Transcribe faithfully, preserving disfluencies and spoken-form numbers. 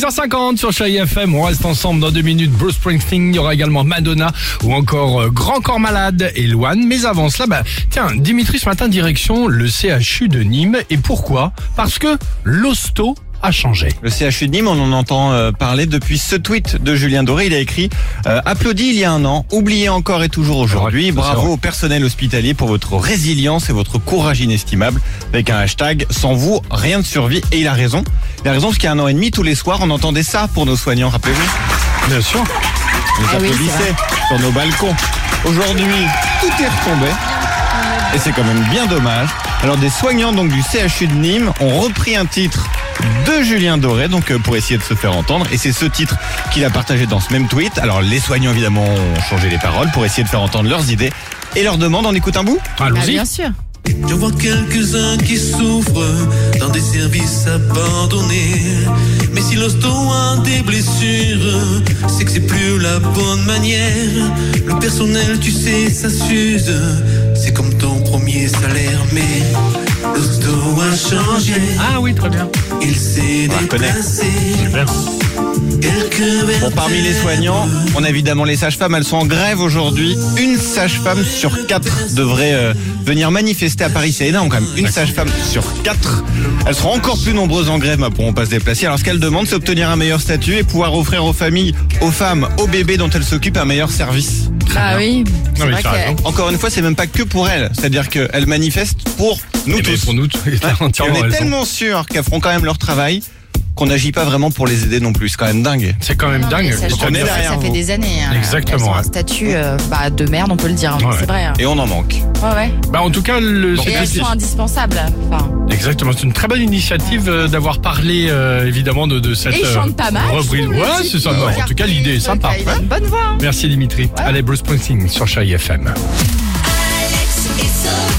six heures cinquante sur Chérie F M, on reste ensemble dans deux minutes. Bruce Springsteen, il y aura également Madonna ou encore euh, Grand Corps Malade et Loane. Mais avant cela, bah, tiens, Dimitri, ce matin, direction le C H U de Nîmes. Et pourquoi ? Parce que l'hosto a changé. Le C H U de Nîmes, on en entend euh, parler depuis ce tweet de Julien Doré. Il a écrit euh, « Applaudi il y a un an, oublié encore et toujours aujourd'hui. Ouais, Bravo au personnel hospitalier pour votre résilience et votre courage inestimable. » Avec un hashtag « Sans vous, rien de survie. » Et il a raison. Il a raison parce qu'il y a un an et demi, tous les soirs, on entendait ça pour nos soignants, rappelez-vous. Bien sûr. On les Ah oui, applaudissait sur nos balcons. Aujourd'hui, tout est retombé. Et c'est quand même bien dommage. Alors des soignants donc du C H U de Nîmes ont repris un titre de Julien Doré, donc euh, pour essayer de se faire entendre. Et c'est ce titre qu'il a partagé dans ce même tweet. Alors les soignants évidemment ont changé les paroles pour essayer de faire entendre leurs idées et leurs demandes. On écoute un bout. Ah, Allons-y. bien sûr. Je vois quelques-uns qui souffrent dans des services abandonnés. Mais si l'hosto a des blessures, c'est que c'est plus la bonne manière. Le personnel, tu sais, ça s'use. C'est comme ton premier salaire, mais l'hosto a changé. Ah oui, très bien. Il s'est On la reconnaît. déplacé. Super. Quelques Bon, parmi les soignants, on a évidemment les sages-femmes. Elles sont en grève aujourd'hui. Une sage-femme sur quatre devrait euh, venir manifester à Paris. C'est énorme quand même. Une sage-femme sur quatre. Elles seront encore plus nombreuses en grève, mais elles pourront pas se déplacer. Alors ce qu'elles demandent, c'est obtenir un meilleur statut et pouvoir offrir aux familles, aux femmes, aux bébés dont elles s'occupent un meilleur service. Ah oui, c'est Non, mais vrai tu as raison. que... Encore une fois, c'est même pas que pour elles. C'est-à-dire qu'elles manifestent pour nous Eh ben, tous. pour nous, tu Ouais. as Et entièrement on est raison. tellement sûr qu'elles feront quand même leur travail qu'on n'agit pas vraiment pour les aider non plus. C'est quand même dingue. C'est quand même Non, dingue. mais ça, je On trouve est que derrière ça fait vous. des années. hein. Exactement, Elles ont ouais. un statut euh, bah, de merde, on peut le dire. hein. Ouais. C'est vrai. hein. Et on en manque. Ouais, ouais. Bah, en tout cas, le Et elles sont indispensables. Enfin, Exactement, c'est une très bonne initiative euh, d'avoir parlé euh, évidemment de, de cette et ils euh, chantent pas mal. je reprise. trouve, le Ouais, type, c'est ça. il En regarde tout cas, les l'idée est trucs, sympa. Il a une bonne voix. hein. Merci Dimitri. Allez, Bruce Springsteen sur Chérie F M. Alex et Sophie.